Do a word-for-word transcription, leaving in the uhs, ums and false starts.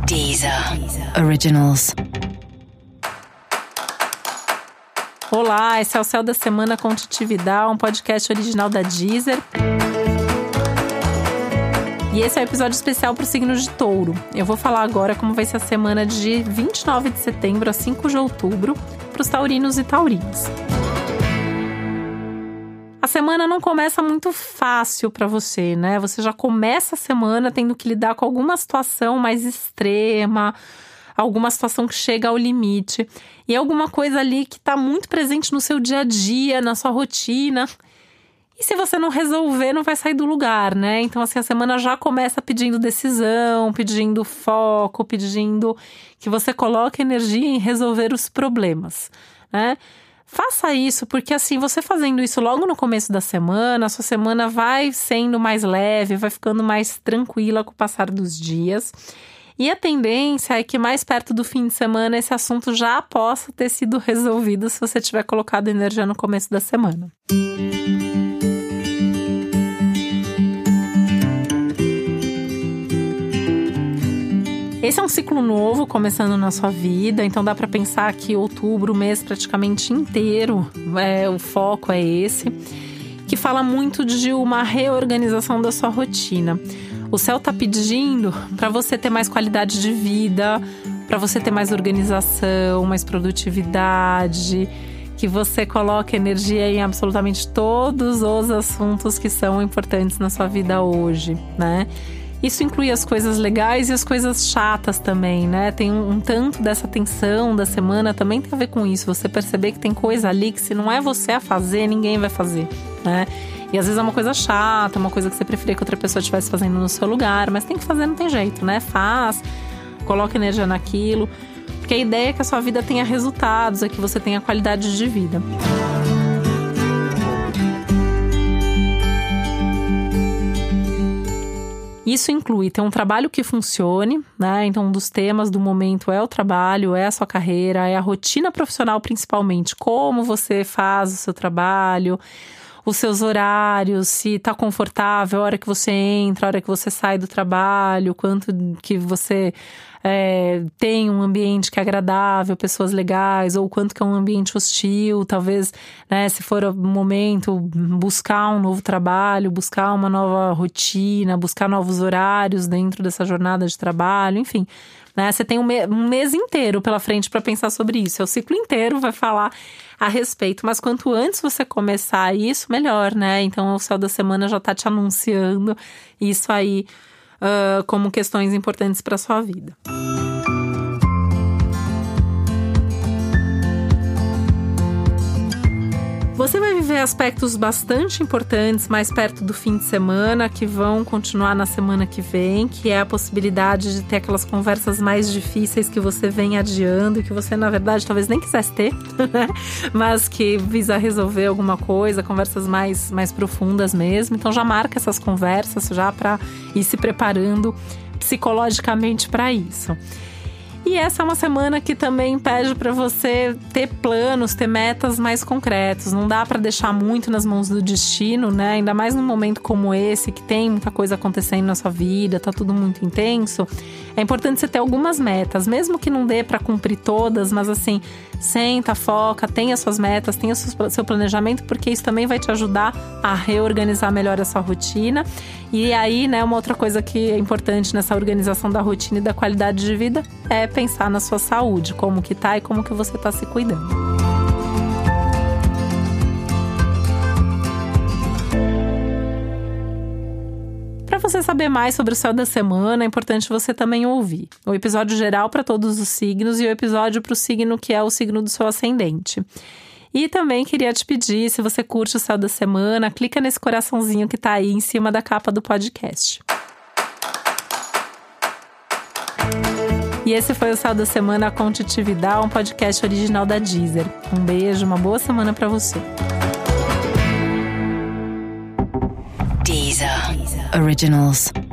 Deezer Originals. Olá, esse é o Céu da Semana com Titi Vidal, um podcast original da Deezer. E esse é o um episódio especial para o signo de Touro. Eu vou falar agora como vai ser a semana de vinte e nove de setembro a cinco de outubro para os taurinos e taurinas. A semana não começa muito fácil para você, né? Você já começa a semana tendo que lidar com alguma situação mais extrema, alguma situação que chega ao limite. E alguma coisa ali que está muito presente no seu dia a dia, na sua rotina. E se você não resolver, não vai sair do lugar, né? Então, assim, a semana já começa pedindo decisão, pedindo foco, pedindo que você coloque energia em resolver os problemas, né? Faça isso, porque assim, você fazendo isso logo no começo da semana, a sua semana vai sendo mais leve, vai ficando mais tranquila com o passar dos dias. E a tendência é que mais perto do fim de semana esse assunto já possa ter sido resolvido se você tiver colocado energia no começo da semana. Esse é um ciclo novo começando na sua vida, então dá para pensar que outubro, o mês praticamente inteiro, é, o foco é esse, que fala muito de uma reorganização da sua rotina. O céu está pedindo para você ter mais qualidade de vida, para você ter mais organização, mais produtividade, que você coloque energia em absolutamente todos os assuntos que são importantes na sua vida hoje, né? Isso inclui as coisas legais e as coisas chatas também, né? Tem um, um tanto dessa tensão da semana também tem a ver com isso. Você perceber que tem coisa ali que se não é você a fazer, ninguém vai fazer, né? E às vezes é uma coisa chata, uma coisa que você preferia que outra pessoa estivesse fazendo no seu lugar, mas tem que fazer, não tem jeito, né? Faz, coloca energia naquilo, porque a ideia é que a sua vida tenha resultados, é que você tenha qualidade de vida. Isso inclui ter um trabalho que funcione, né? Então, um dos temas do momento é o trabalho, é a sua carreira, é a rotina profissional principalmente. Como você faz o seu trabalho, os seus horários, se está confortável, a hora que você entra, a hora que você sai do trabalho, quanto que você é, tem um ambiente que é agradável, pessoas legais, ou quanto que é um ambiente hostil, talvez, né, se for o momento, buscar um novo trabalho, buscar uma nova rotina, buscar novos horários dentro dessa jornada de trabalho, enfim. Né, você tem um, me- um mês inteiro pela frente para pensar sobre isso. É o ciclo inteiro vai falar a respeito. Mas quanto antes você começar isso, melhor, né? Então, o céu da semana já está te anunciando isso aí uh, como questões importantes para sua vida. Você vai viver aspectos bastante importantes mais perto do fim de semana, que vão continuar na semana que vem, que é a possibilidade de ter aquelas conversas mais difíceis que você vem adiando e que você, na verdade, talvez nem quisesse ter, né? Mas que visa resolver alguma coisa, conversas mais, mais profundas mesmo. Então já marca essas conversas já para ir se preparando psicologicamente para isso. E essa é uma semana que também pede para você ter planos, ter metas mais concretos. Não dá para deixar muito nas mãos do destino, né? Ainda mais num momento como esse, que tem muita coisa acontecendo na sua vida, tá tudo muito intenso. É importante você ter algumas metas, mesmo que não dê para cumprir todas, mas assim, senta, foca, tenha suas metas, tenha seu planejamento, porque isso também vai te ajudar a reorganizar melhor a sua rotina. E aí, né, uma outra coisa que é importante nessa organização da rotina e da qualidade de vida é pensar na sua saúde, como que tá e como que você tá se cuidando. Para você saber mais sobre o céu da semana, é importante você também ouvir o episódio geral para todos os signos e o episódio para o signo que é o signo do seu ascendente. E também queria te pedir, se você curte o céu da semana, clica nesse coraçãozinho que tá aí em cima da capa do podcast. E esse foi o Céu da Semana com Titi Vidal, um podcast original da Deezer. Um beijo, uma boa semana pra você. Deezer Originals.